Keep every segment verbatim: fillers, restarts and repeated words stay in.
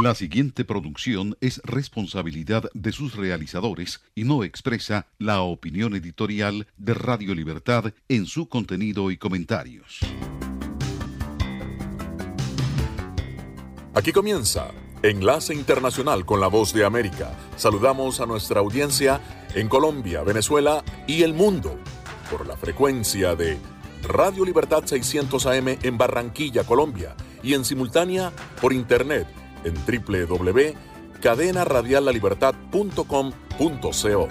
La siguiente producción es responsabilidad de sus realizadores y no expresa la opinión editorial de Radio Libertad en su contenido y comentarios. Aquí comienza Enlace Internacional con la Voz de América. Saludamos a nuestra audiencia en Colombia, Venezuela y el mundo por la frecuencia de Radio Libertad seiscientos A M en Barranquilla, Colombia, y en simultánea por internet en doble u doble u doble u punto cadena radial la libertad punto com punto co.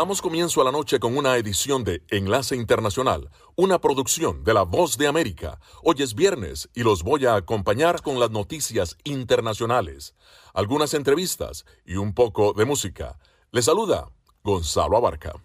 Damos comienzo a la noche con una edición de Enlace Internacional, una producción de La Voz de América. Hoy es viernes y los voy a acompañar con las noticias internacionales, algunas entrevistas y un poco de música. Les saluda Gonzalo Abarca.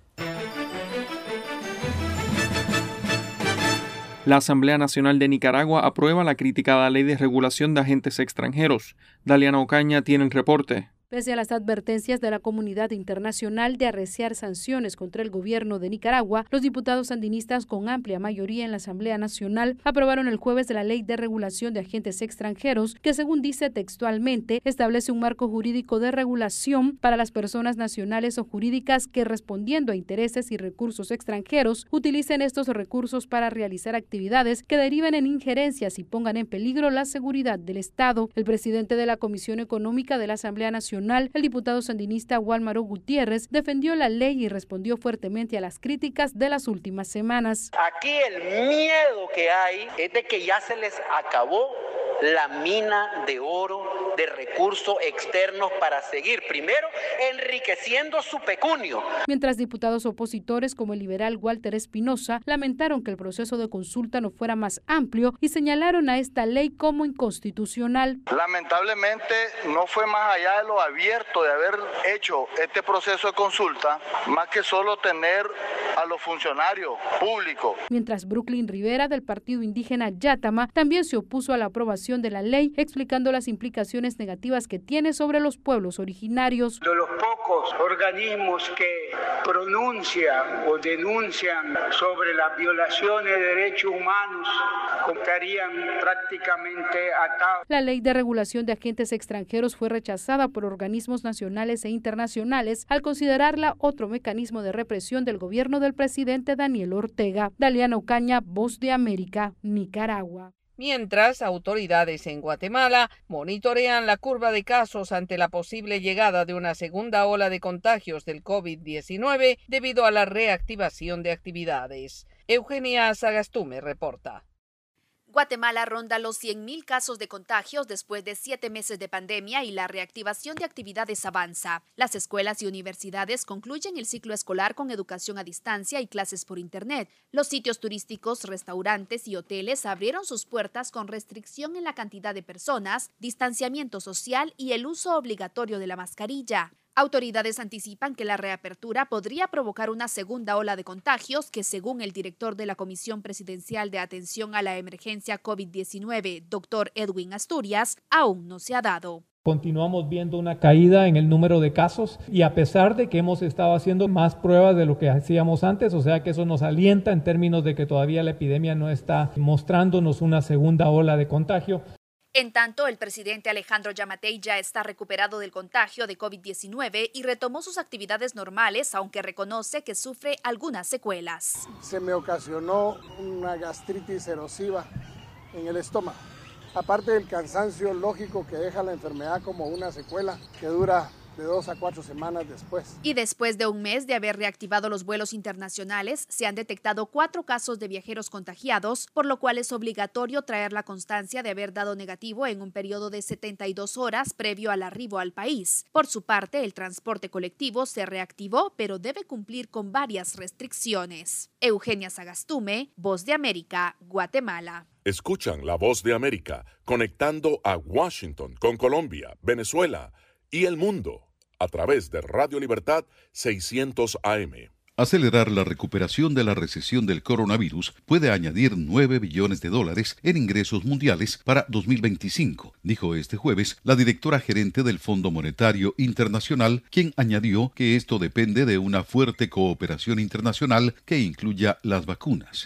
La Asamblea Nacional de Nicaragua aprueba la criticada Ley de Regulación de Agentes Extranjeros. Daliana Ocaña tiene el reporte. Pese a las advertencias de la comunidad internacional de arreciar sanciones contra el gobierno de Nicaragua, los diputados sandinistas con amplia mayoría en la Asamblea Nacional aprobaron el jueves la Ley de Regulación de Agentes Extranjeros, que según dice textualmente, establece un marco jurídico de regulación para las personas nacionales o jurídicas que, respondiendo a intereses y recursos extranjeros, utilicen estos recursos para realizar actividades que deriven en injerencias y pongan en peligro la seguridad del Estado. El presidente de la Comisión Económica de la Asamblea Nacional, el diputado sandinista Wálmaro Gutiérrez, defendió la ley y respondió fuertemente a las críticas de las últimas semanas. Aquí el miedo que hay es de que ya se les acabó la mina de oro, de recursos externos para seguir, primero, enriqueciendo su pecunio. Mientras diputados opositores como el liberal Walter Espinosa lamentaron que el proceso de consulta no fuera más amplio y señalaron a esta ley como inconstitucional. Lamentablemente no fue más allá de lo abierto de haber hecho este proceso de consulta, más que solo tener a los funcionarios públicos. Mientras Brooklyn Rivera del partido indígena Yátama también se opuso a la aprobación de la ley, explicando las implicaciones negativas que tiene sobre los pueblos originarios. De los pocos organismos que pronuncian o denuncian sobre las violaciones de derechos humanos, estarían prácticamente atados. La ley de regulación de agentes extranjeros fue rechazada por organismos nacionales e internacionales al considerarla otro mecanismo de represión del gobierno del presidente Daniel Ortega. Daliana Ocaña, Voz de América, Nicaragua. Mientras, autoridades en Guatemala monitorean la curva de casos ante la posible llegada de una segunda ola de contagios del COVID diecinueve debido a la reactivación de actividades. Eugenia Sagastume reporta. Guatemala ronda los cien mil casos de contagios después de siete meses de pandemia y la reactivación de actividades avanza. Las escuelas y universidades concluyen el ciclo escolar con educación a distancia y clases por Internet. Los sitios turísticos, restaurantes y hoteles abrieron sus puertas con restricción en la cantidad de personas, distanciamiento social y el uso obligatorio de la mascarilla. Autoridades anticipan que la reapertura podría provocar una segunda ola de contagios que, según el director de la Comisión Presidencial de Atención a la Emergencia COVID diecinueve, doctor Edwin Asturias, aún no se ha dado. Continuamos viendo una caída en el número de casos y a pesar de que hemos estado haciendo más pruebas de lo que hacíamos antes, o sea que eso nos alienta en términos de que todavía la epidemia no está mostrándonos una segunda ola de contagio. En tanto, el presidente Alejandro Yamatei ya está recuperado del contagio de COVID diecinueve y retomó sus actividades normales, aunque reconoce que sufre algunas secuelas. Se me ocasionó una gastritis erosiva en el estómago, aparte del cansancio lógico que deja la enfermedad como una secuela que dura de dos a cuatro semanas después. Y después de un mes de haber reactivado los vuelos internacionales, se han detectado cuatro casos de viajeros contagiados, por lo cual es obligatorio traer la constancia de haber dado negativo en un periodo de setenta y dos horas previo al arribo al país. Por su parte, el transporte colectivo se reactivó, pero debe cumplir con varias restricciones. Eugenia Sagastume, Voz de América, Guatemala. Escuchan La Voz de América, conectando a Washington con Colombia, Venezuela y el mundo a través de Radio Libertad seiscientos A M. Acelerar la recuperación de la recesión del coronavirus puede añadir nueve billones de dólares en ingresos mundiales para dos mil veinticinco, dijo este jueves la directora gerente del Fondo Monetario Internacional, quien añadió que esto depende de una fuerte cooperación internacional que incluya las vacunas.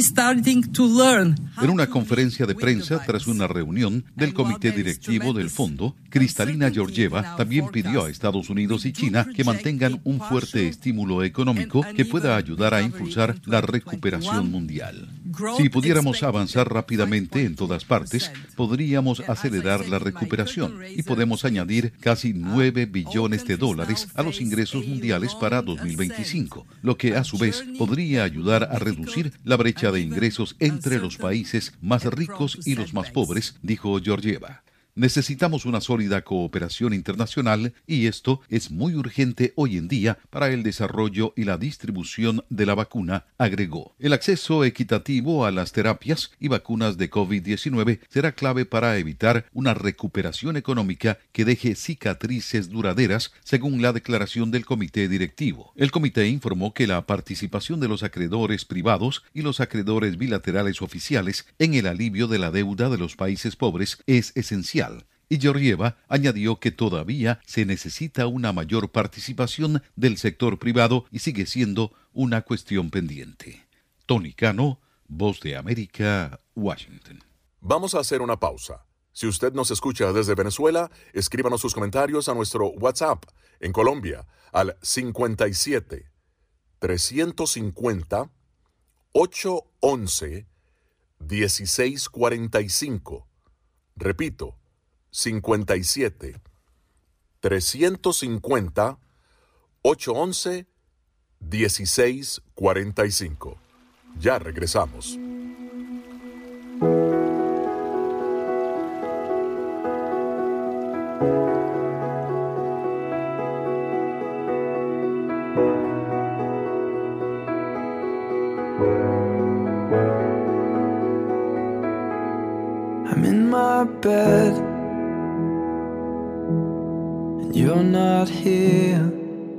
En una conferencia de prensa tras una reunión del comité directivo del fondo, Kristalina Georgieva también pidió a Estados Unidos y China que mantengan un fuerte estímulo económico que pueda ayudar a impulsar la recuperación mundial. Si pudiéramos avanzar rápidamente en todas partes, podríamos acelerar la recuperación y podemos añadir casi nueve billones de dólares a los ingresos mundiales para dos mil veinticinco, lo que a su vez podría ayudar a reducir la brecha de ingresos entre los países más ricos y los más pobres, dijo Georgieva. Necesitamos una sólida cooperación internacional y esto es muy urgente hoy en día para el desarrollo y la distribución de la vacuna, agregó. El acceso equitativo a las terapias y vacunas de COVID diecinueve será clave para evitar una recuperación económica que deje cicatrices duraderas, según la declaración del comité directivo. El comité informó que la participación de los acreedores privados y los acreedores bilaterales oficiales en el alivio de la deuda de los países pobres es esencial. Y Georgieva añadió que todavía se necesita una mayor participación del sector privado y sigue siendo una cuestión pendiente. Tony Cano, Voz de América, Washington. Vamos a hacer una pausa. Si usted nos escucha desde Venezuela, escríbanos sus comentarios a nuestro WhatsApp en Colombia al cincuenta y siete, trescientos cincuenta, ochocientos once, dieciséis cuarenta y cinco. Repito, cincuenta y siete, trescientos cincuenta, ochocientos once, dieciséis cuarenta y cinco. Ya regresamos. I'm in my bed and you're not here,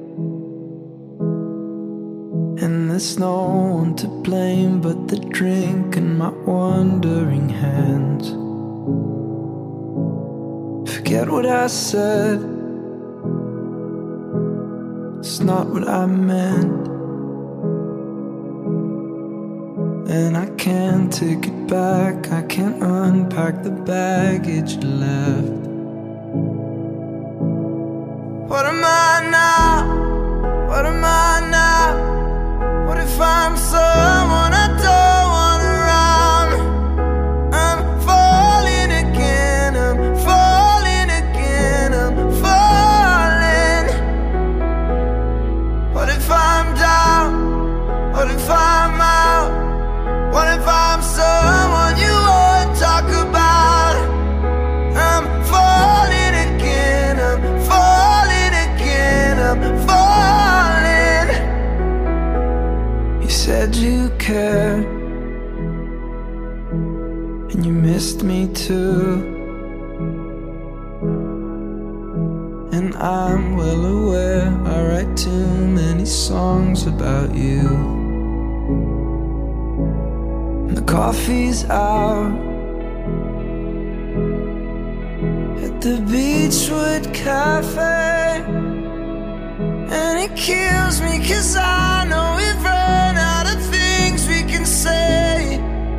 and there's no one to blame but the drink and my wandering hands. Forget what I said, it's not what I meant, and I can't take it back, I can't unpack the baggage you left. What am I now? What am I now? What if I'm someone I don't want around? I'm falling again, I'm falling again, I'm falling. What if I'm down? What if I'm out? What if I'm someone you won't talk about? I'm falling again, I'm falling again, I'm falling. You said you cared, and you missed me too, and I'm well aware I write too many songs about you. The coffee's out at the Beachwood Cafe, and it kills me 'cause I know we've run out of things we can say.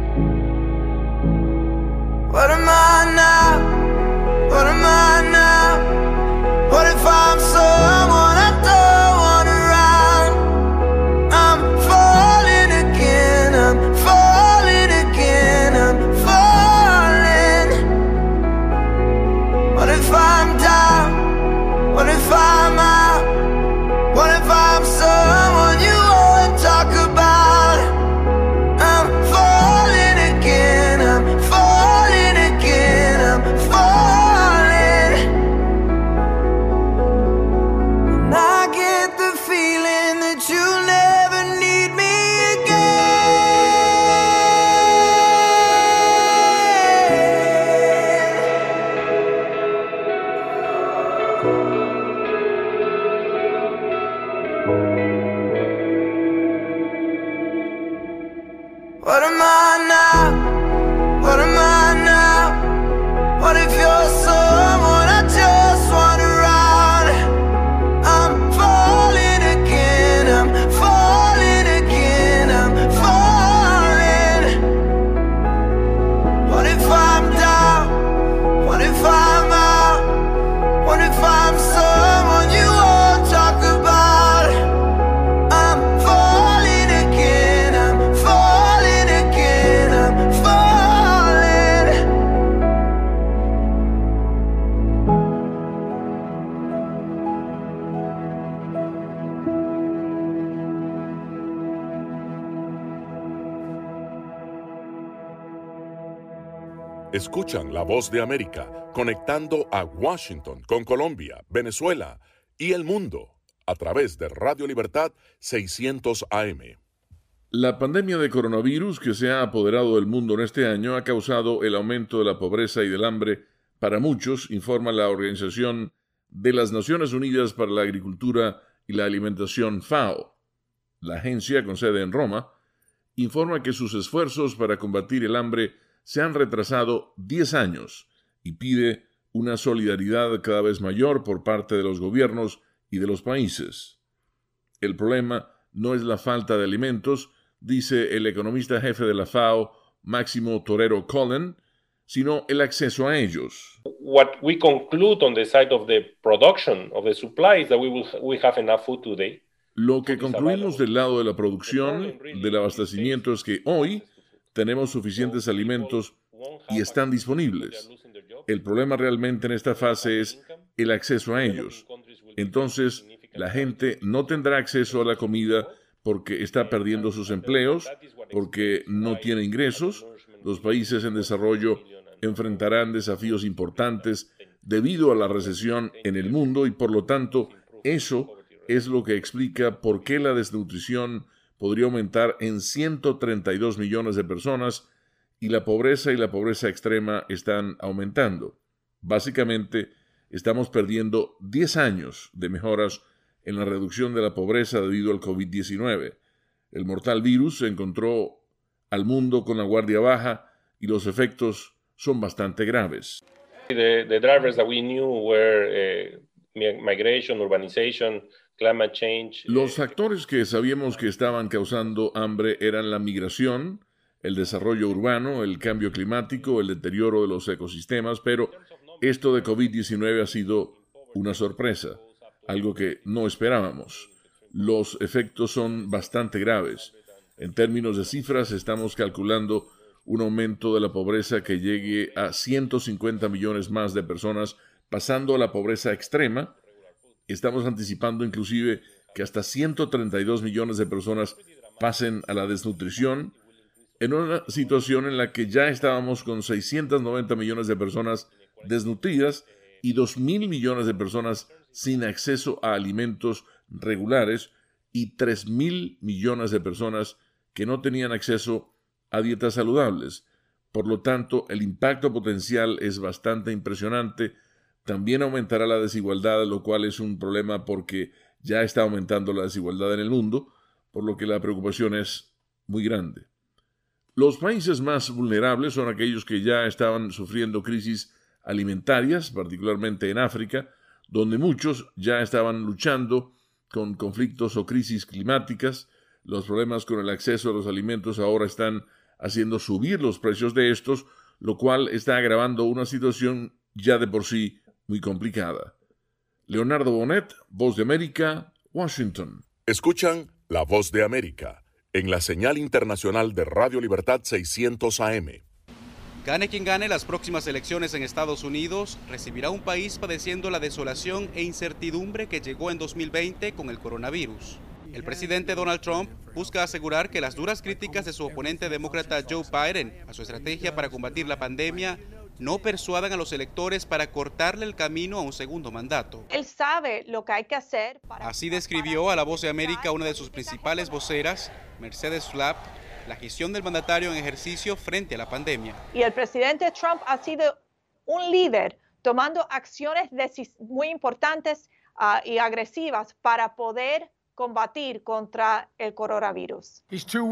What am I now? What am I now? What if I'm someone I don't want around? I'm falling again, I'm falling again, I'm falling. What if I'm down? What if I'm out? What if I'm someone you won't talk about? I'm falling again, I'm falling again, I'm falling. And I get the feeling that you'll never need me What am I now? What am I now? What if you're someone I just want around? I'm falling again, I'm falling again, I'm falling. What if I'm down? What if I'm out? What if I'm someone you won't talk about? I'm falling again, I'm falling again. Escuchan La Voz de América, conectando a Washington con Colombia, Venezuela y el mundo a través de Radio Libertad seiscientos A M. La pandemia de coronavirus que se ha apoderado del mundo en este año ha causado el aumento de la pobreza y del hambre para muchos, informa la Organización de las Naciones Unidas para la Agricultura y la Alimentación, FAO. La agencia, con sede en Roma, informa que sus esfuerzos para combatir el hambre se han retrasado diez años y pide una solidaridad cada vez mayor por parte de los gobiernos y de los países. El problema no es la falta de alimentos, dice el economista jefe de la FAO, Máximo Torero Cullen, sino el acceso a ellos. What we conclude on the side of the production of the supply is that we will we have enough food today. Lo que concluimos del lado de la producción, del abastecimiento, es que hoy tenemos suficientes alimentos y están disponibles. El problema realmente en esta fase es el acceso a ellos. Entonces, la gente no tendrá acceso a la comida porque está perdiendo sus empleos, porque no tiene ingresos. Los países en desarrollo enfrentarán desafíos importantes debido a la recesión en el mundo y, por lo tanto, eso es lo que explica por qué la desnutrición podría aumentar en ciento treinta y dos millones de personas y la pobreza y la pobreza extrema están aumentando. Básicamente, estamos perdiendo diez años de mejoras en la reducción de la pobreza debido al COVID diecinueve. El mortal virus se encontró al mundo con la guardia baja y los efectos son bastante graves. The, the drivers that we knew were uh, migration, urbanization, climate change. Los factores que sabíamos que estaban causando hambre eran la migración, el desarrollo urbano, el cambio climático, el deterioro de los ecosistemas, pero esto de COVID diecinueve ha sido una sorpresa, algo que no esperábamos. Los efectos son bastante graves. En términos de cifras, estamos calculando un aumento de la pobreza que llegue a ciento cincuenta millones más de personas, pasando a la pobreza extrema. Estamos anticipando inclusive que hasta ciento treinta y dos millones de personas pasen a la desnutrición, en una situación en la que ya estábamos con seiscientos noventa millones de personas desnutridas y dos mil millones de personas sin acceso a alimentos regulares y tres mil millones de personas que no tenían acceso a dietas saludables. Por lo tanto, el impacto potencial es bastante impresionante. También aumentará la desigualdad, lo cual es un problema porque ya está aumentando la desigualdad en el mundo, por lo que la preocupación es muy grande. Los países más vulnerables son aquellos que ya estaban sufriendo crisis alimentarias, particularmente en África, donde muchos ya estaban luchando con conflictos o crisis climáticas. Los problemas con el acceso a los alimentos ahora están haciendo subir los precios de estos, lo cual está agravando una situación ya de por sí muy complicada. Leonardo Bonet, Voz de América, Washington. Escuchan La Voz de América en la señal internacional de Radio Libertad seiscientos A M. Gane quien gane las próximas elecciones en Estados Unidos, recibirá un país padeciendo la desolación e incertidumbre que llegó en dos mil veinte con el coronavirus. El presidente Donald Trump busca asegurar que las duras críticas de su oponente demócrata Joe Biden a su estrategia para combatir la pandemia no persuadan a los electores para cortarle el camino a un segundo mandato. Él sabe lo que hay que hacer. Para Así describió a La Voz de América una de sus principales voceras, Mercedes Schlapp, la gestión del mandatario en ejercicio frente a la pandemia. Y el presidente Trump ha sido un líder tomando acciones muy importantes uh, y agresivas para poder combatir contra el coronavirus.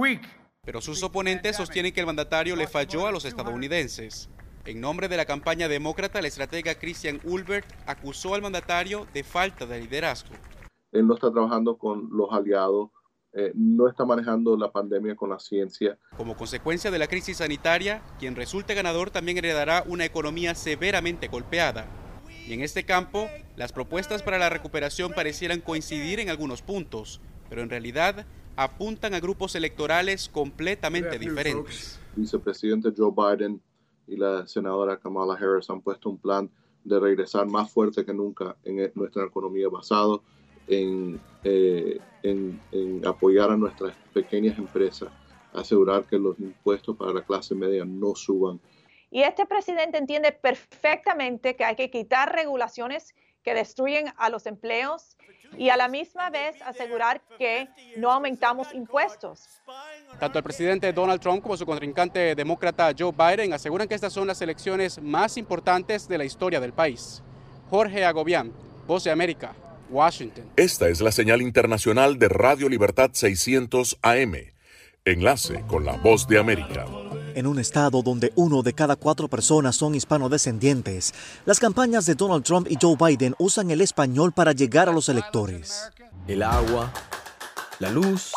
Pero sus oponentes sostienen que el mandatario le falló a los estadounidenses. En nombre de la campaña demócrata, el estratega Christian Ulbert acusó al mandatario de falta de liderazgo. Él no está trabajando con los aliados, eh, no está manejando la pandemia con la ciencia. Como consecuencia de la crisis sanitaria, quien resulte ganador también heredará una economía severamente golpeada. Y en este campo, las propuestas para la recuperación parecieran coincidir en algunos puntos, pero en realidad apuntan a grupos electorales completamente diferentes. El vicepresidente Joe Biden y la senadora Kamala Harris han puesto un plan de regresar más fuerte que nunca en nuestra economía, basado en, eh, en, en apoyar a nuestras pequeñas empresas, asegurar que los impuestos para la clase media no suban. Y este presidente entiende perfectamente que hay que quitar regulaciones que destruyen a los empleos y a la misma vez asegurar que no aumentamos impuestos. Tanto el presidente Donald Trump como su contrincante demócrata Joe Biden aseguran que estas son las elecciones más importantes de la historia del país. Jorge Agobián, Voz de América, Washington. Esta es la señal internacional de Radio Libertad seiscientos A M. Enlace con la Voz de América. En un estado donde uno de cada cuatro personas son hispanodescendientes, las campañas de Donald Trump y Joe Biden usan el español para llegar a los electores. El agua, la luz.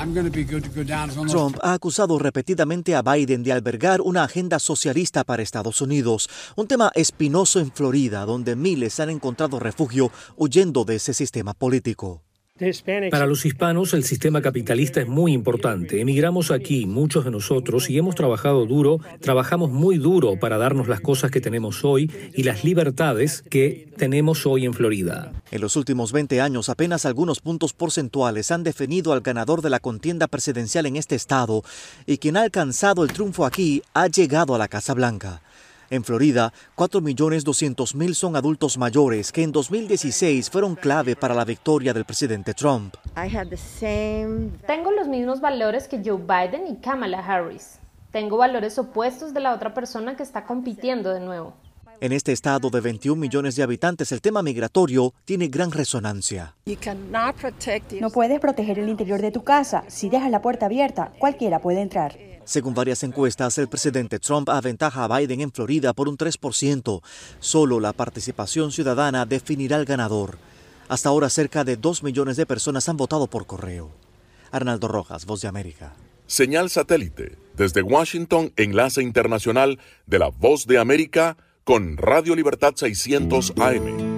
Trump ha acusado repetidamente a Biden de albergar una agenda socialista para Estados Unidos, un tema espinoso en Florida, donde miles han encontrado refugio huyendo de ese sistema político. Para los hispanos, el sistema capitalista es muy importante. Emigramos aquí, muchos de nosotros, y hemos trabajado duro, trabajamos muy duro para darnos las cosas que tenemos hoy y las libertades que tenemos hoy en Florida. En los últimos veinte años, apenas algunos puntos porcentuales han definido al ganador de la contienda presidencial en este estado, y quien ha alcanzado el triunfo aquí ha llegado a la Casa Blanca. En Florida, cuatro millones doscientos mil son adultos mayores que en dos mil dieciséis fueron clave para la victoria del presidente Trump. Tengo los mismos valores que Joe Biden y Kamala Harris. Tengo valores opuestos de la otra persona que está compitiendo de nuevo. En este estado de veintiún millones de habitantes, el tema migratorio tiene gran resonancia. No puedes proteger el interior de tu casa. Si dejas la puerta abierta, cualquiera puede entrar. Según varias encuestas, el presidente Trump aventaja a Biden en Florida por un tres por ciento. Solo la participación ciudadana definirá al ganador. Hasta ahora, cerca de dos millones de personas han votado por correo. Arnaldo Rojas, Voz de América. Señal satélite. Desde Washington, enlace internacional de la Voz de América con Radio Libertad seiscientos A M.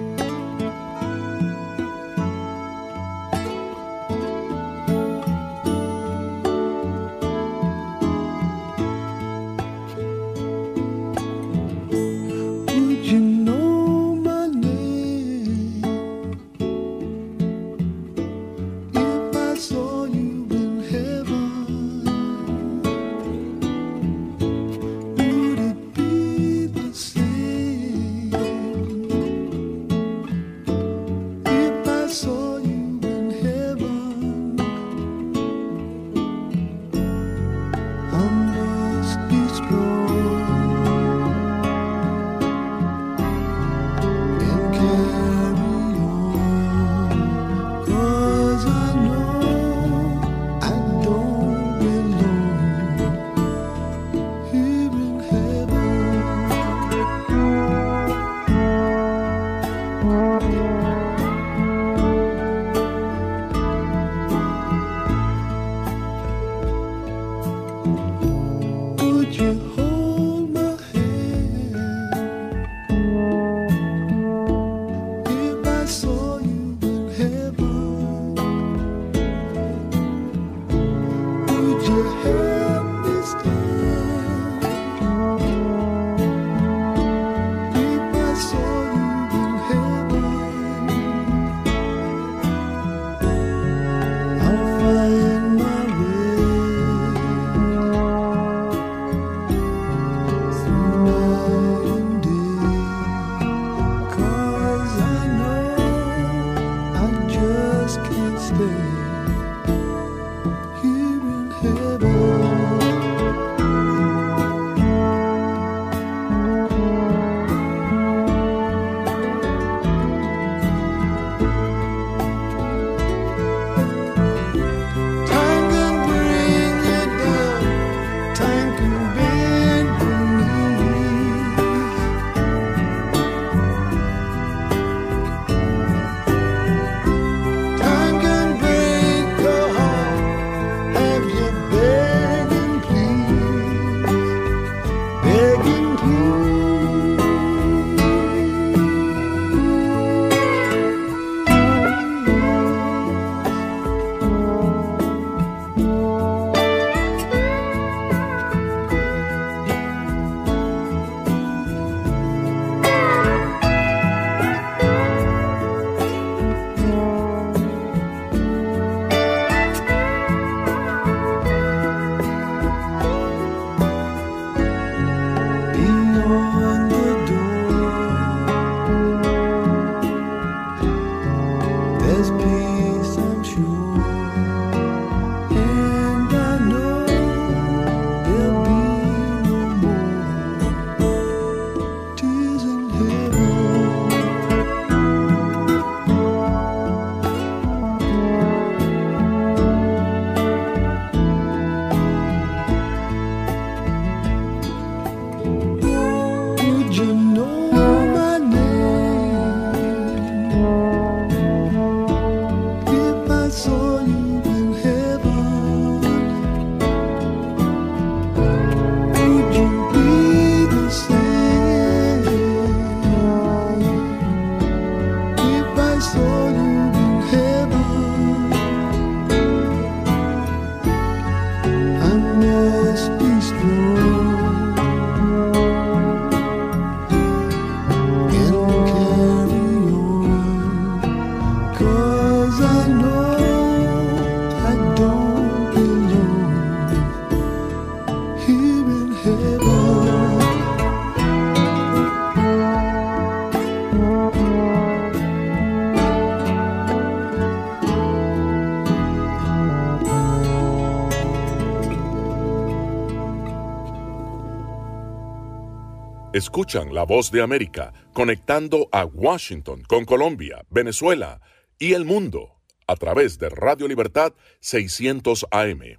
Escuchan La Voz de América, conectando a Washington con Colombia, Venezuela y el mundo a través de Radio Libertad seiscientos A M.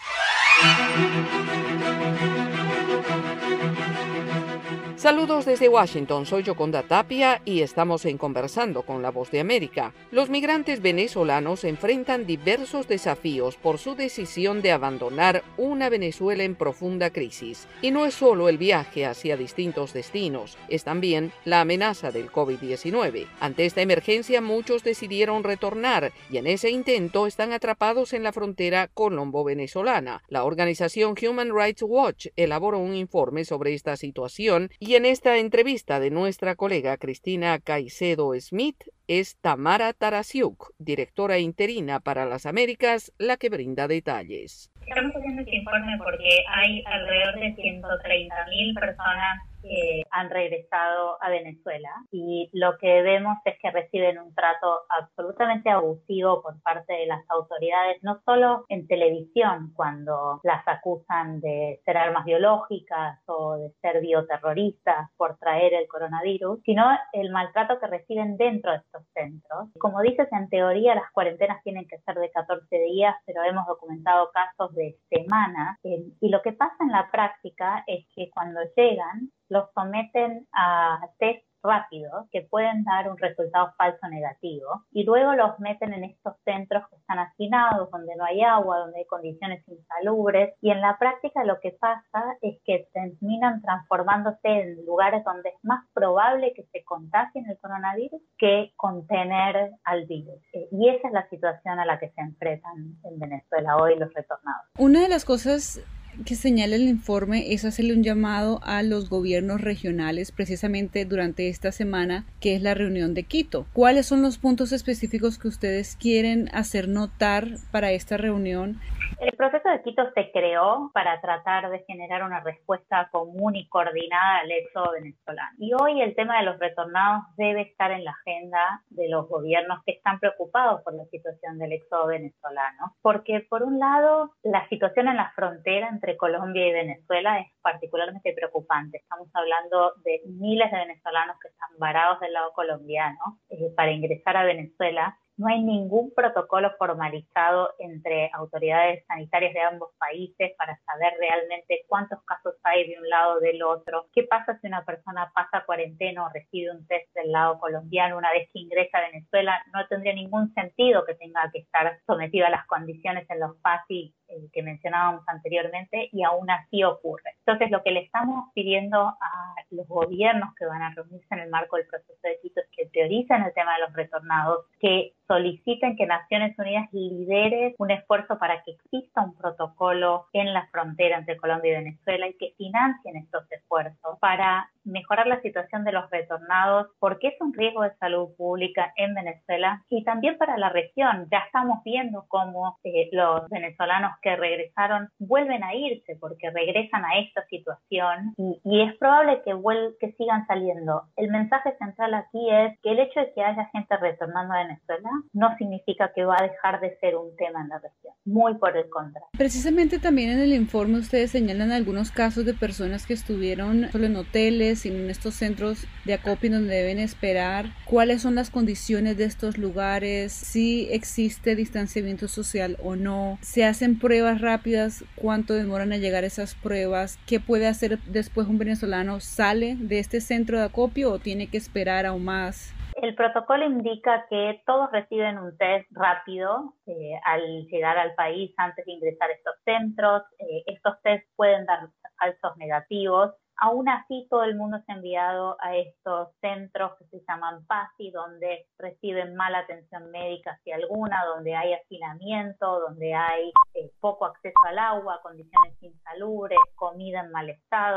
Saludos desde Washington, soy Yoconda Tapia y estamos en Conversando con La Voz de América. Los migrantes venezolanos enfrentan diversos desafíos por su decisión de abandonar una Venezuela en profunda crisis. Y no es solo el viaje hacia distintos destinos, es también la amenaza del COVID diecinueve. Ante esta emergencia, muchos decidieron retornar y en ese intento están atrapados en la frontera colombo-venezolana. La organización Human Rights Watch elaboró un informe sobre esta situación y Y en esta entrevista de nuestra colega Cristina Caicedo Smith es Tamara Tarasiuk, directora interina para las Américas, la que brinda detalles. Estamos haciendo este informe porque hay alrededor de ciento treinta mil personas que han regresado a Venezuela y lo que vemos es que reciben un trato absolutamente abusivo por parte de las autoridades, no solo en televisión cuando las acusan de ser armas biológicas o de ser bioterroristas por traer el coronavirus, sino el maltrato que reciben dentro de estos centros. Como dices, en teoría las cuarentenas tienen que ser de catorce días, pero hemos documentado casos de semanas eh, y lo que pasa en la práctica es que cuando llegan los someten a test rápidos que pueden dar un resultado falso negativo y luego los meten en estos centros que están hacinados, donde no hay agua, donde hay condiciones insalubres y en la práctica lo que pasa es que terminan transformándose en lugares donde es más probable que se contagien el coronavirus que contener al virus. Y esa es la situación a la que se enfrentan en Venezuela hoy los retornados. Una de las cosas que señala el informe es hacerle un llamado a los gobiernos regionales precisamente durante esta semana que es la reunión de Quito. ¿Cuáles son los puntos específicos que ustedes quieren hacer notar para esta reunión? El proceso de Quito se creó para tratar de generar una respuesta común y coordinada al éxodo venezolano. Y hoy el tema de los retornados debe estar en la agenda de los gobiernos que están preocupados por la situación del éxodo venezolano. Porque por un lado, la situación en la frontera entre Colombia y Venezuela es particularmente preocupante. Estamos hablando de miles de venezolanos que están varados del lado colombiano eh, para ingresar a Venezuela. No hay ningún protocolo formalizado entre autoridades sanitarias de ambos países para saber realmente cuántos casos hay de un lado o del otro. ¿Qué pasa si una persona pasa cuarentena o recibe un test del lado colombiano una vez que ingresa a Venezuela? No tendría ningún sentido que tenga que estar sometido a las condiciones en los P A S I eh, que mencionábamos anteriormente y aún así ocurre. Entonces, lo que le estamos pidiendo a los gobiernos que van a reunirse en el marco del proceso de Quito es que prioricen el tema de los retornados, que soliciten que Naciones Unidas lidere un esfuerzo para que exista un protocolo en la frontera entre Colombia y Venezuela y que financien estos esfuerzos para mejorar la situación de los retornados, porque es un riesgo de salud pública en Venezuela y también para la región. Ya estamos viendo cómo eh, los venezolanos que regresaron vuelven a irse porque regresan a esta situación y, y es probable que, vuel- que sigan saliendo. El mensaje central aquí es que el hecho de que haya gente retornando a Venezuela no significa que va a dejar de ser un tema en la región, muy por el contrario. Precisamente también en el informe ustedes señalan algunos casos de personas que estuvieron solo en hoteles y en estos centros de acopio donde deben esperar. ¿Cuáles son las condiciones de estos lugares? ¿Si existe distanciamiento social o no? ¿Se hacen pruebas rápidas? ¿Cuánto demoran a llegar esas pruebas? ¿Qué puede hacer después un venezolano? ¿Sale de este centro de acopio o tiene que esperar aún más? El protocolo indica que todos reciben un test rápido eh, al llegar al país antes de ingresar a estos centros. Eh, estos tests pueden dar falsos negativos. Aún así, todo el mundo se ha enviado a estos centros que se llaman P A S I, donde reciben mala atención médica si alguna, donde hay hacinamiento, donde hay eh, poco acceso al agua, condiciones insalubres, comida en mal estado.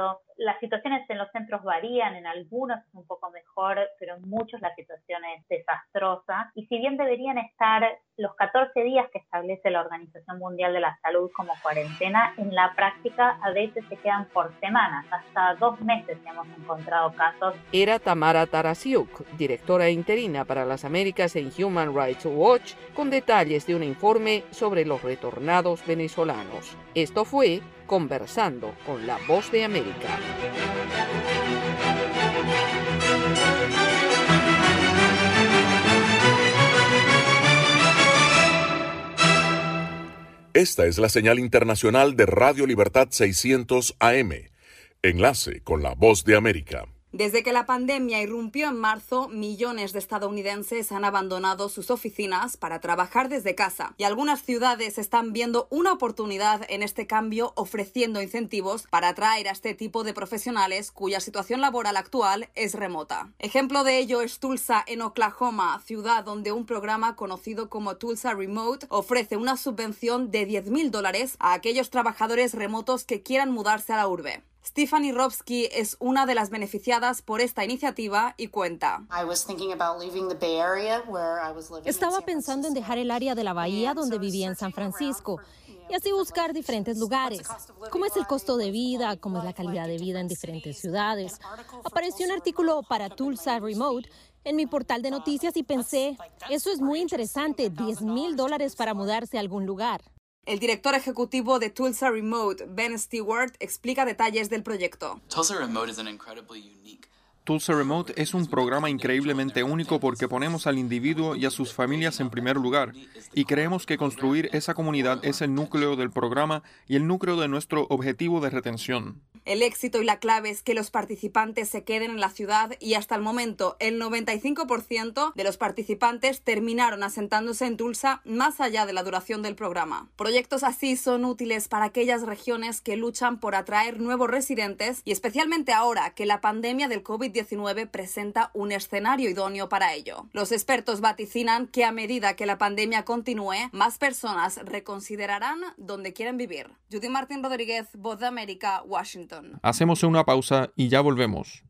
Las situaciones en los centros varían, en algunos es un poco mejor, pero en muchos la situación es desastrosa. Y si bien deberían estar los catorce días que establece la Organización Mundial de la Salud como cuarentena, en la práctica a veces se quedan por semanas, hasta dos meses hemos encontrado casos. Era Tamara Tarasiuk, directora interina para las Américas en Human Rights Watch, con detalles de un informe sobre los retornados venezolanos. Esto fue Conversando con la Voz de América. Esta es la señal internacional de Radio Libertad seiscientos A M. Enlace con la Voz de América. Desde que la pandemia irrumpió en marzo, millones de estadounidenses han abandonado sus oficinas para trabajar desde casa y algunas ciudades están viendo una oportunidad en este cambio, ofreciendo incentivos para atraer a este tipo de profesionales cuya situación laboral actual es remota. Ejemplo de ello es Tulsa, en Oklahoma, ciudad donde un programa conocido como Tulsa Remote ofrece una subvención de diez mil dólares a aquellos trabajadores remotos que quieran mudarse a la urbe. Stephanie Rovsky es una de las beneficiadas por esta iniciativa y cuenta. Estaba pensando en dejar el área de la bahía donde vivía en San Francisco y así buscar diferentes lugares. ¿Cómo es el costo de vida? ¿Cómo es la calidad de vida en diferentes ciudades? Apareció un artículo para Tulsa Remote en mi portal de noticias y pensé, eso es muy interesante, diez mil dólares para mudarse a algún lugar. El director ejecutivo de Tulsa Remote, Ben Stewart, explica detalles del proyecto. Tulsa Remote is an incredibly unique Tulsa Remote es un programa increíblemente único porque ponemos al individuo y a sus familias en primer lugar y creemos que construir esa comunidad es el núcleo del programa y el núcleo de nuestro objetivo de retención. El éxito y la clave es que los participantes se queden en la ciudad y hasta el momento el noventa y cinco por ciento de los participantes terminaron asentándose en Tulsa más allá de la duración del programa. Proyectos así son útiles para aquellas regiones que luchan por atraer nuevos residentes y especialmente ahora que la pandemia del COVID diecinueve presenta un escenario idóneo para ello. Los expertos vaticinan que a medida que la pandemia continúe, más personas reconsiderarán dónde quieren vivir. Judy Martín Rodríguez, Voz de América, Washington. Hacemos una pausa y ya volvemos.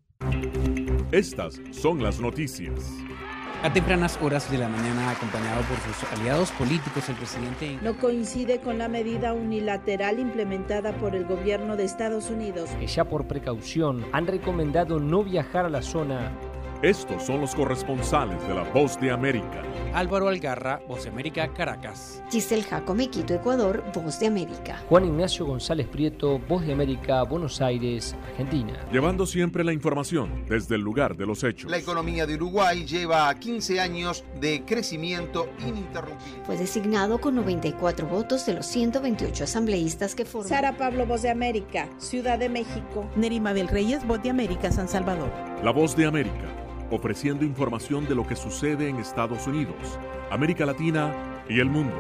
Estas son las noticias. A tempranas horas de la mañana, acompañado por sus aliados políticos, el presidente no coincide con la medida unilateral implementada por el gobierno de Estados Unidos, que ya por precaución han recomendado no viajar a la zona. Estos son los corresponsales de la Voz de América. Álvaro Algarra, Voz de América, Caracas. Giselle Jacome, Quito, Ecuador, Voz de América. Juan Ignacio González Prieto, Voz de América, Buenos Aires, Argentina. Llevando siempre la información desde el lugar de los hechos. La economía de Uruguay lleva quince años de crecimiento ininterrumpido. Fue designado con noventa y cuatro votos de los ciento veintiocho asambleístas que forman. Sara Pablo, Voz de América, Ciudad de México. Nerima del Reyes, Voz de América, San Salvador. La Voz de América, ofreciendo información de lo que sucede en Estados Unidos, América Latina y el mundo.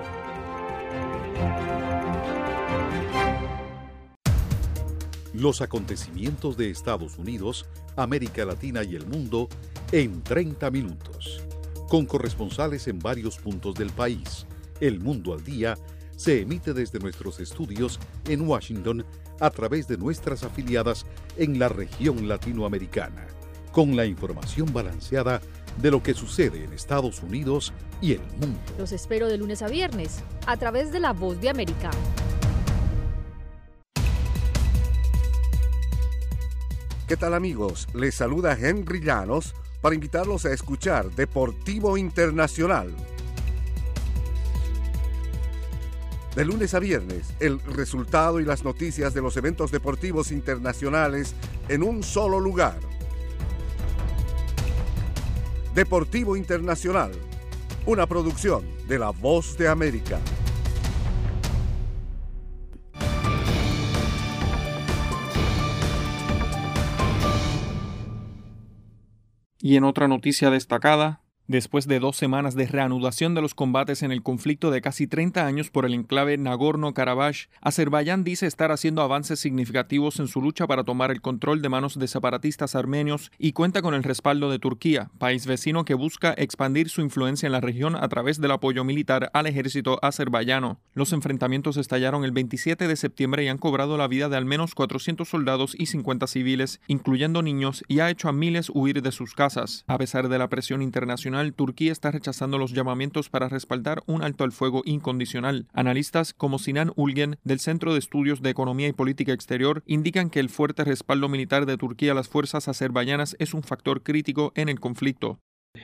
Los acontecimientos de Estados Unidos, América Latina y el mundo en treinta minutos. Con corresponsales en varios puntos del país. El Mundo al Día se emite desde nuestros estudios en Washington a través de nuestras afiliadas en la región latinoamericana, con la información balanceada de lo que sucede en Estados Unidos y el mundo. Los espero de lunes a viernes, a través de La Voz de América. ¿Qué tal, amigos? Les saluda Henry Llanos para invitarlos a escuchar Deportivo Internacional. De lunes a viernes, el resultado y las noticias de los eventos deportivos internacionales en un solo lugar. Deportivo Internacional, una producción de La Voz de América. Y en otra noticia destacada, Después de dos semanas de reanudación de los combates en el conflicto de casi treinta años por el enclave Nagorno-Karabaj, Azerbaiyán dice estar haciendo avances significativos en su lucha para tomar el control de manos de separatistas armenios y cuenta con el respaldo de Turquía, país vecino que busca expandir su influencia en la región a través del apoyo militar al ejército azerbaiyano. Los enfrentamientos estallaron el veintisiete de septiembre y han cobrado la vida de al menos cuatrocientos soldados y cincuenta civiles, incluyendo niños, y ha hecho a miles huir de sus casas. A pesar de la presión internacional, Turquía está rechazando los llamamientos para respaldar un alto al fuego incondicional. Analistas como Sinan Ulgen, del Centro de Estudios de Economía y Política Exterior, indican que el fuerte respaldo militar de Turquía a las fuerzas azerbaiyanas es un factor crítico en el conflicto.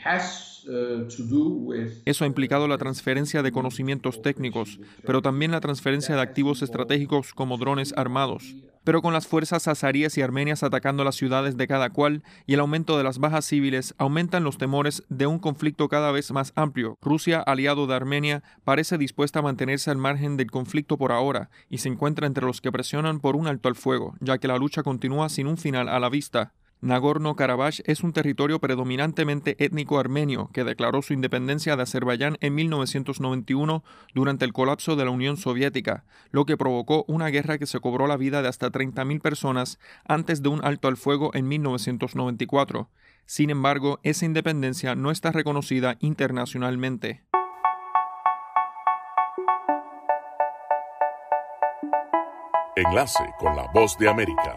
Eso ha implicado la transferencia de conocimientos técnicos, pero también la transferencia de activos estratégicos como drones armados. Pero con las fuerzas azaríes y armenias atacando las ciudades de cada cual y el aumento de las bajas civiles, aumentan los temores de un conflicto cada vez más amplio. Rusia, aliado de Armenia, parece dispuesta a mantenerse al margen del conflicto por ahora y se encuentra entre los que presionan por un alto al fuego, ya que la lucha continúa sin un final a la vista. Nagorno-Karabaj es un territorio predominantemente étnico armenio que declaró su independencia de Azerbaiyán en mil novecientos noventa y uno durante el colapso de la Unión Soviética, lo que provocó una guerra que se cobró la vida de hasta treinta mil personas antes de un alto al fuego en mil novecientos noventa y cuatro. Sin embargo, esa independencia no está reconocida internacionalmente. Enlace con la Voz de América.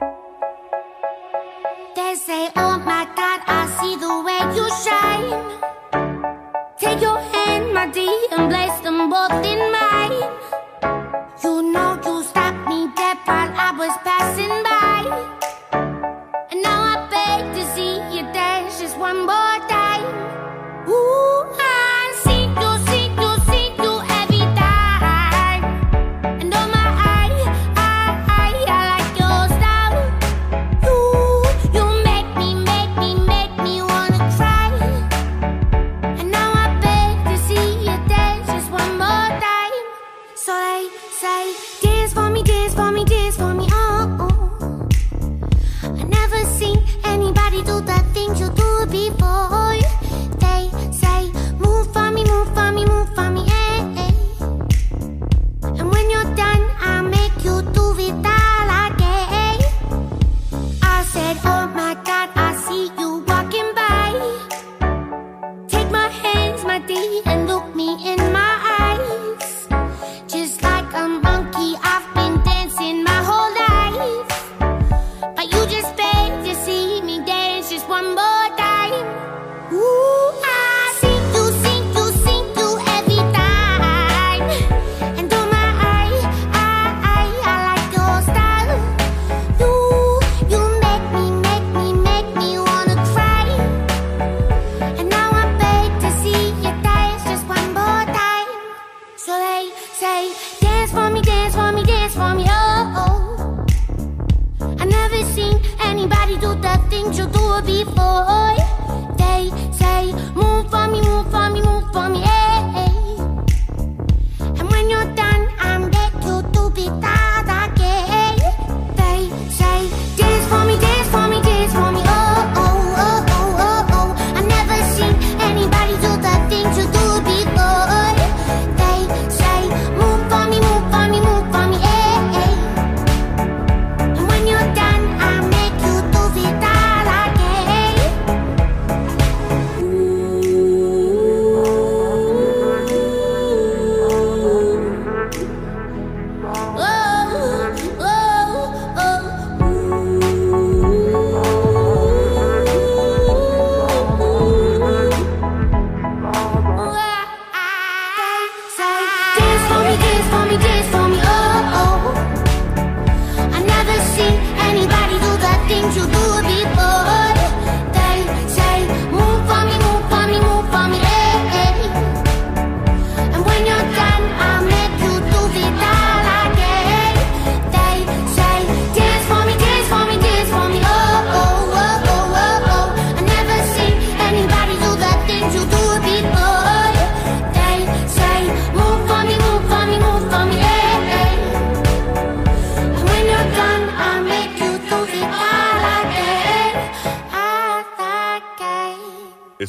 They say, oh my God, I see the way you shine. Take your hand, my dear, and place them both in mine. You know you stopped me dead while I was passing by. And now I beg to see you dance just one more time. Ooh, I see you, see you, see you every time. And oh my, I, I, I, I like your style. You do the things you do before. They say, move for me, move for me, move for me, eh, eh. And when you're done, I'll make you do it all again. I said, oh my God, I see you walking by. Take my hands, my dear, and look me in my eyes. Just like a monkey, I've been dancing my whole life. But you just beg to see me dance just one more time. Ooh, I see you, see you, see you every time. And oh my, I, I, I, I like your style. You, you make me, make me, make me wanna cry. And now I beg to see you dance just one more time. So they say, dance for me, dance for me, dance for me, oh, oh. I never seen anybody do the things you do before. They say, move for me, move for me, move for me, eh, eh. And when you're done, I'm back to do it all again. They say, dance for me, dance for me, dance for me, oh, oh, oh, oh, oh, oh. I never seen anybody do the things you do before. They say, move for me, move for me, move for me, eh, eh. And when you're done, I'll make you do it all again. Ooh.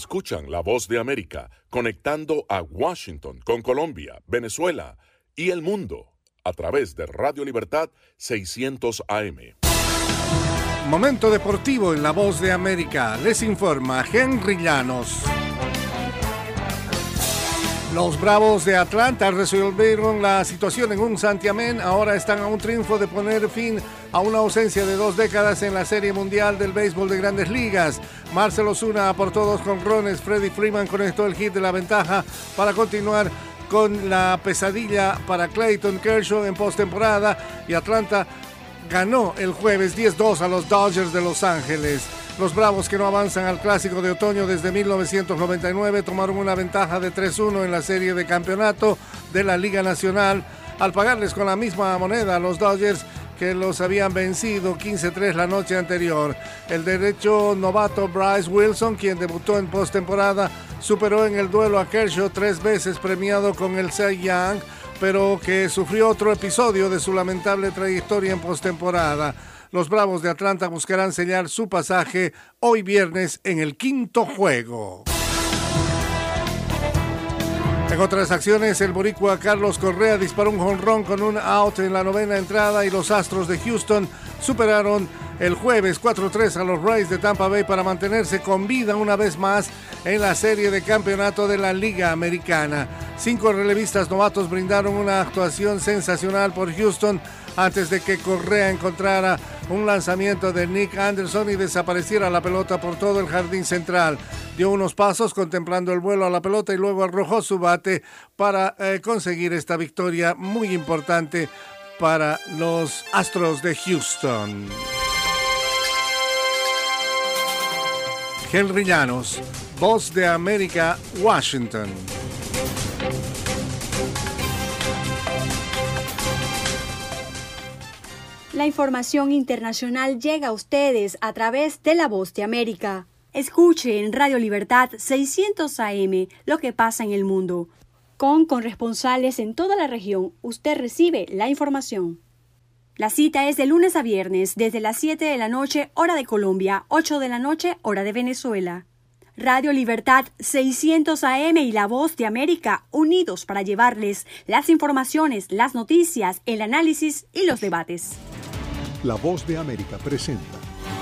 Escuchan La Voz de América conectando a Washington con Colombia, Venezuela y el mundo a través de Radio Libertad seiscientos A M. Momento deportivo en La Voz de América. Les informa Henry Llanos. Los Bravos de Atlanta resolvieron la situación en un santiamén. Ahora están a un triunfo de poner fin a una ausencia de dos décadas en la Serie Mundial del Béisbol de Grandes Ligas. Marcell Ozuna aportó dos jonrones. Freddie Freeman conectó el hit de la ventaja para continuar con la pesadilla para Clayton Kershaw en postemporada. Y Atlanta ganó el jueves diez dos a los Dodgers de Los Ángeles. Los Bravos, que no avanzan al Clásico de Otoño desde mil novecientos noventa y nueve, tomaron una ventaja de tres uno en la serie de campeonato de la Liga Nacional al pagarles con la misma moneda a los Dodgers, que los habían vencido quince tres la noche anterior. El derecho novato Bryce Wilson, quien debutó en postemporada, superó en el duelo a Kershaw, tres veces premiado con el Cy Young, pero que sufrió otro episodio de su lamentable trayectoria en postemporada. Los Bravos de Atlanta buscarán sellar su pasaje hoy viernes en el quinto juego. En otras acciones, el boricua Carlos Correa disparó un jonrón con un out en la novena entrada y los Astros de Houston superaron el jueves cuatro tres a los Rays de Tampa Bay para mantenerse con vida una vez más en la serie de campeonato de la Liga Americana. Cinco relevistas novatos brindaron una actuación sensacional por Houston antes de que Correa encontrara un lanzamiento de Nick Anderson y desapareciera la pelota por todo el jardín central. Dio unos pasos contemplando el vuelo a la pelota y luego arrojó su bate para eh, conseguir esta victoria muy importante para los Astros de Houston. Henry Llanos, Voz de América, Washington. La información internacional llega a ustedes a través de La Voz de América. Escuche en Radio Libertad seiscientos A M lo que pasa en el mundo. Con corresponsales en toda la región, usted recibe la información. La cita es de lunes a viernes, desde las siete de la noche, hora de Colombia, ocho de la noche, hora de Venezuela. Radio Libertad seiscientos A M y La Voz de América, unidos para llevarles las informaciones, las noticias, el análisis y los debates. La Voz de América presenta.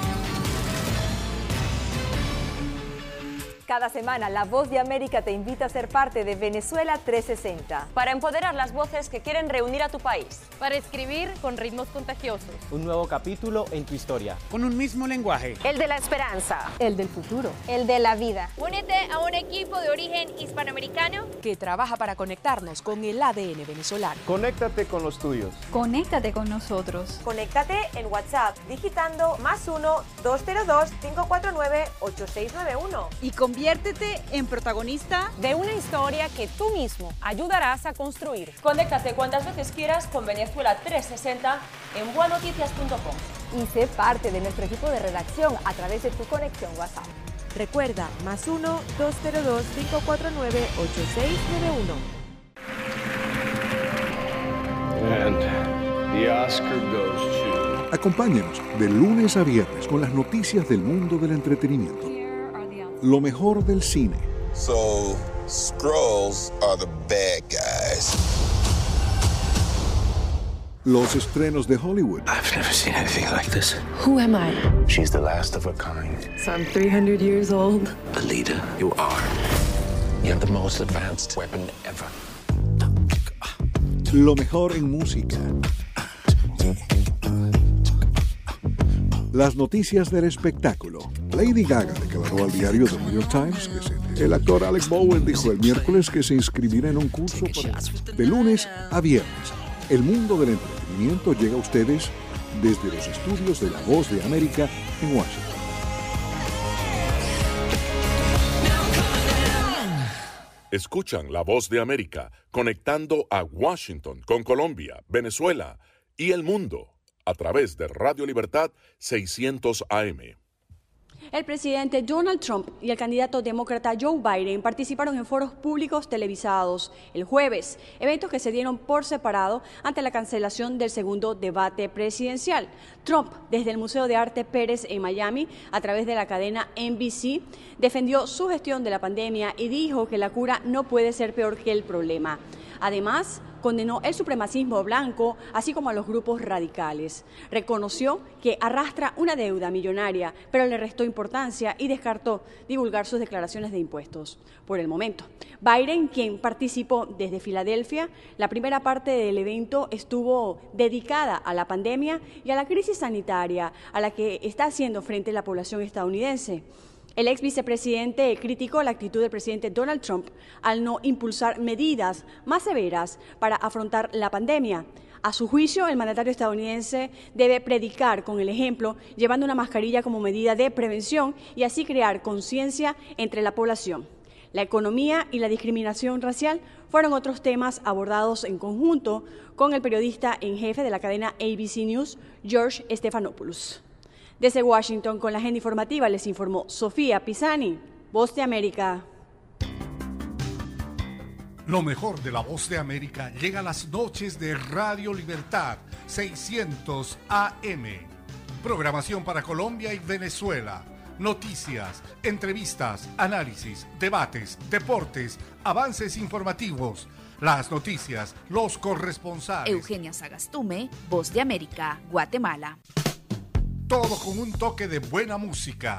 Cada semana, La Voz de América te invita a ser parte de Venezuela trescientos sesenta. Para empoderar las voces que quieren reunir a tu país. Para escribir con ritmos contagiosos. Un nuevo capítulo en tu historia. Con un mismo lenguaje. El de la esperanza. El del futuro. El de la vida. Únete a un equipo de origen hispanoamericano que trabaja para conectarnos con el A D N venezolano. Conéctate con los tuyos. Conéctate con nosotros. Conéctate en WhatsApp digitando más uno, dos cero dos, cinco cuatro nueve, ocho seis nueve uno. Y conviértete en protagonista de una historia que tú mismo ayudarás a construir. Conéctate cuantas veces quieras con Venezuela trescientos sesenta en bua noticias punto com. Y sé parte de nuestro equipo de redacción a través de tu conexión WhatsApp. Recuerda, más uno, dos cero dos, cinco cuatro nueve, ocho seis nueve uno. And the Oscar goes to... Acompáñenos de lunes a viernes con las noticias del mundo del entretenimiento. Lo mejor del cine. So, Skrulls are the bad guys. Los estrenos de Hollywood. I've never seen anything like this. Who am I? She's the last of her kind. So I'm three hundred years old. A leader, you are. You have the most advanced weapon ever. Lo mejor en música. Las noticias del espectáculo. Lady Gaga declaró al diario The New York Times que se... El actor Alec Bowen dijo el miércoles que se inscribirá en un curso para... De lunes a viernes. El mundo del entretenimiento llega a ustedes desde los estudios de La Voz de América en Washington. Escuchan La Voz de América conectando a Washington con Colombia, Venezuela y el mundo a través de Radio Libertad seiscientos A M. El presidente Donald Trump y el candidato demócrata Joe Biden participaron en foros públicos televisados el jueves, eventos que se dieron por separado ante la cancelación del segundo debate presidencial. Trump, desde el Museo de Arte Pérez en Miami, a través de la cadena N B C, defendió su gestión de la pandemia y dijo que la cura no puede ser peor que el problema. Además, condenó el supremacismo blanco, así como a los grupos radicales. Reconoció que arrastra una deuda millonaria, pero le restó importancia y descartó divulgar sus declaraciones de impuestos. Por el momento, Biden, quien participó desde Filadelfia, la primera parte del evento estuvo dedicada a la pandemia y a la crisis sanitaria a la que está haciendo frente la población estadounidense. El ex vicepresidente criticó la actitud del presidente Donald Trump al no impulsar medidas más severas para afrontar la pandemia. A su juicio, el mandatario estadounidense debe predicar con el ejemplo, llevando una mascarilla como medida de prevención y así crear conciencia entre la población. La economía y la discriminación racial fueron otros temas abordados en conjunto con el periodista en jefe de la cadena A B C News, George Stephanopoulos. Desde Washington, con la agenda informativa, les informó Sofía Pisani, Voz de América. Lo mejor de la Voz de América llega a las noches de Radio Libertad seiscientos A M. Programación para Colombia y Venezuela. Noticias, entrevistas, análisis, debates, deportes, avances informativos. Las noticias, los corresponsales. Eugenia Sagastume, Voz de América, Guatemala. Todo con un toque de buena música.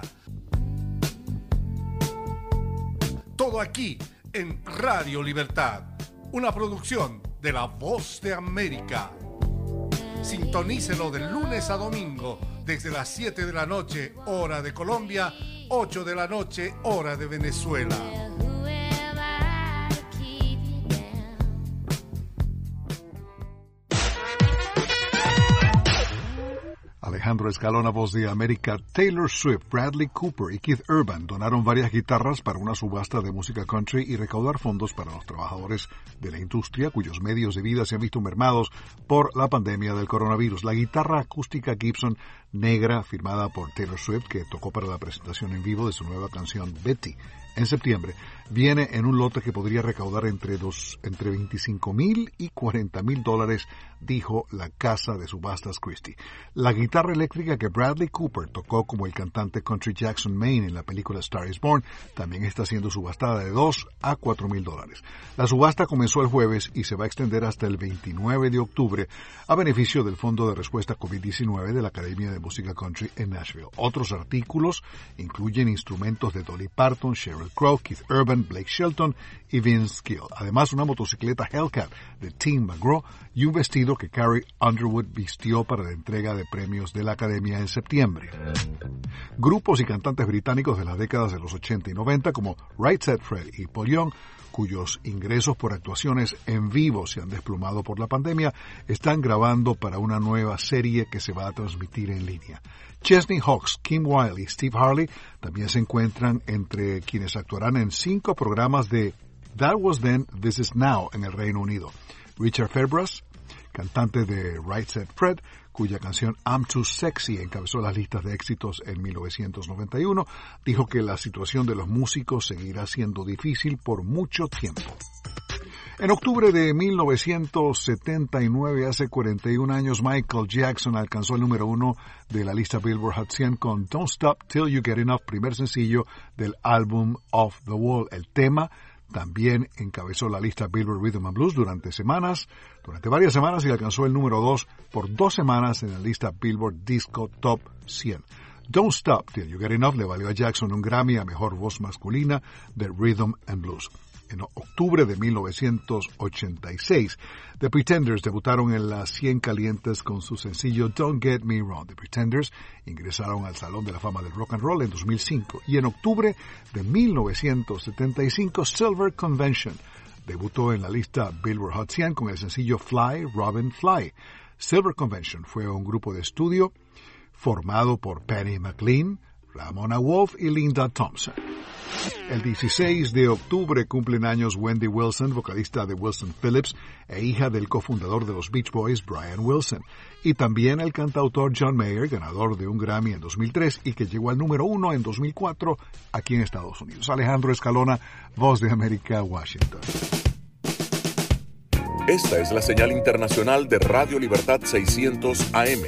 Todo aquí en Radio Libertad, una producción de La Voz de América. Sintonícelo de lunes a domingo desde las siete de la noche, hora de Colombia, ocho de la noche, hora de Venezuela. Alejandro Escalona, Voz de América. Taylor Swift, Bradley Cooper y Keith Urban donaron varias guitarras para una subasta de música country y recaudar fondos para los trabajadores de la industria cuyos medios de vida se han visto mermados por la pandemia del coronavirus. La guitarra acústica Gibson negra, firmada por Taylor Swift, que tocó para la presentación en vivo de su nueva canción Betty en septiembre, viene en un lote que podría recaudar entre, dos, entre veinticinco mil y cuarenta mil dólares, dijo la casa de subastas Christie. La guitarra eléctrica que Bradley Cooper tocó como el cantante country Jackson Maine en la película Star is Born también está siendo subastada de dos a cuatro mil dólares. La subasta comenzó el jueves y se va a extender hasta el veintinueve de octubre a beneficio del Fondo de Respuesta COVID diecinueve de la Academia de Música Country en Nashville. Otros artículos incluyen instrumentos de Dolly Parton, Sheryl Crow, Keith Urban, Blake Shelton y Vince Gill. Además, una motocicleta Hellcat de Tim McGraw y un vestido que Carrie Underwood vistió para la entrega de premios de la Academia en septiembre. Grupos y cantantes británicos de las décadas de los ochenta y noventa como Right Said Fred y Paul Young, cuyos ingresos por actuaciones en vivo se han desplomado por la pandemia, están grabando para una nueva serie que se va a transmitir en línea. Chesney Hawkes, Kim Wilde y Steve Harley también se encuentran entre quienes actuarán en cinco programas de That Was Then, This Is Now en el Reino Unido. Richard Fairbrass, cantante de Right Said Fred, cuya canción I'm Too Sexy encabezó las listas de éxitos en mil novecientos noventa y uno, dijo que la situación de los músicos seguirá siendo difícil por mucho tiempo. En octubre de mil novecientos setenta y nueve, hace cuarenta y un años, Michael Jackson alcanzó el número uno de la lista Billboard Hot cien con Don't Stop Till You Get Enough, primer sencillo del álbum Off the Wall. El tema también encabezó la lista Billboard Rhythm and Blues durante semanas, durante varias semanas, y alcanzó el número dos por dos semanas en la lista Billboard Disco Top cien. Don't Stop Till You Get Enough le valió a Jackson un Grammy a Mejor Voz Masculina de Rhythm and Blues. En octubre de mil novecientos ochenta y seis, The Pretenders debutaron en las cien calientes con su sencillo Don't Get Me Wrong. The Pretenders ingresaron al Salón de la Fama del Rock and Roll en dos mil cinco y en octubre de mil novecientos setenta y cinco, Silver Convention debutó en la lista Billboard Hot cien con el sencillo Fly, Robin, Fly. Silver Convention fue un grupo de estudio formado por Penny McLean, Ramona Wolf y Linda Thompson. El dieciséis de octubre cumplen años Wendy Wilson, vocalista de Wilson Phillips e hija del cofundador de los Beach Boys, Brian Wilson. Y también el cantautor John Mayer, ganador de un Grammy en dos mil tres y que llegó al número uno en dos mil cuatro aquí en Estados Unidos. Alejandro Escalona, Voz de América, Washington. Esta es la señal internacional de Radio Libertad seiscientos A M.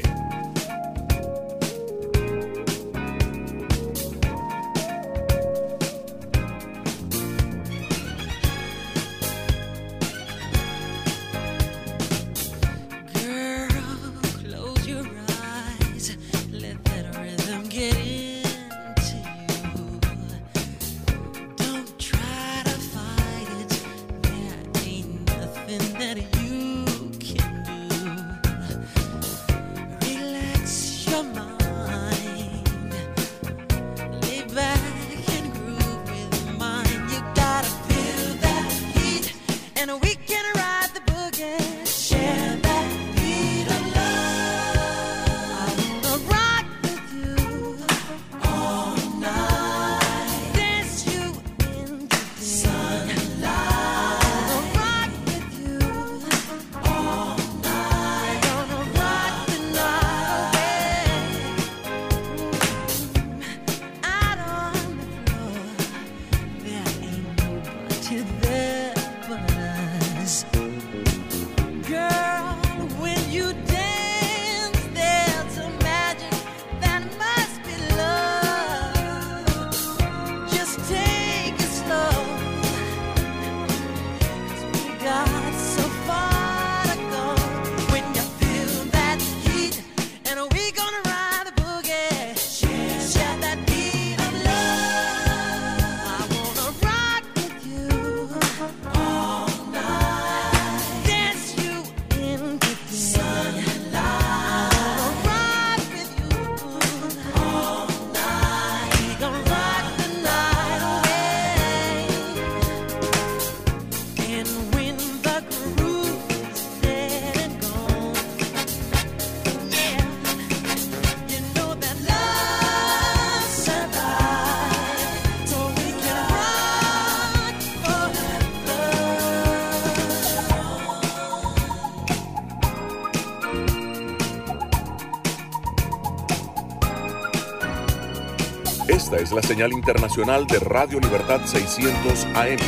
Esta es la señal internacional de Radio Libertad seiscientos A M.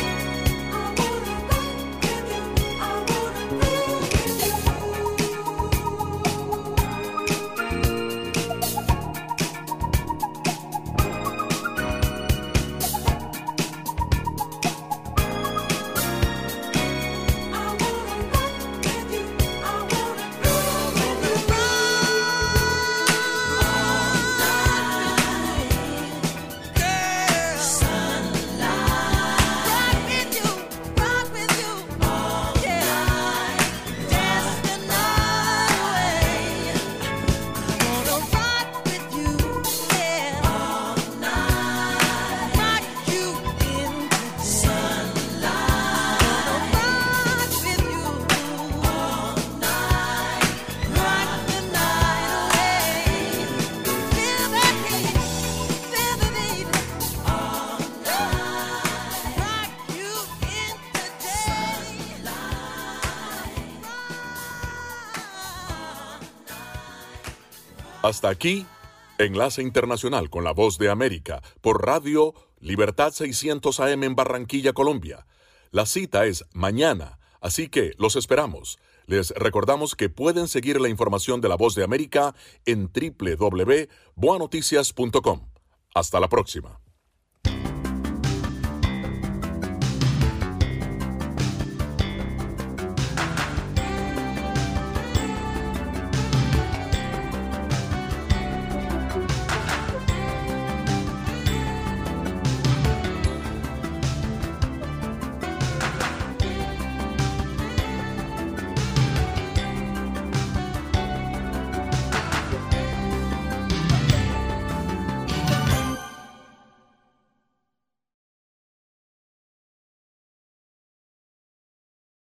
Hasta aquí, Enlace Internacional con la Voz de América por Radio Libertad seiscientos A M en Barranquilla, Colombia. La cita es mañana, así que los esperamos. Les recordamos que pueden seguir la información de la Voz de América en doble u doble u doble u punto boa noticias punto com. Hasta la próxima.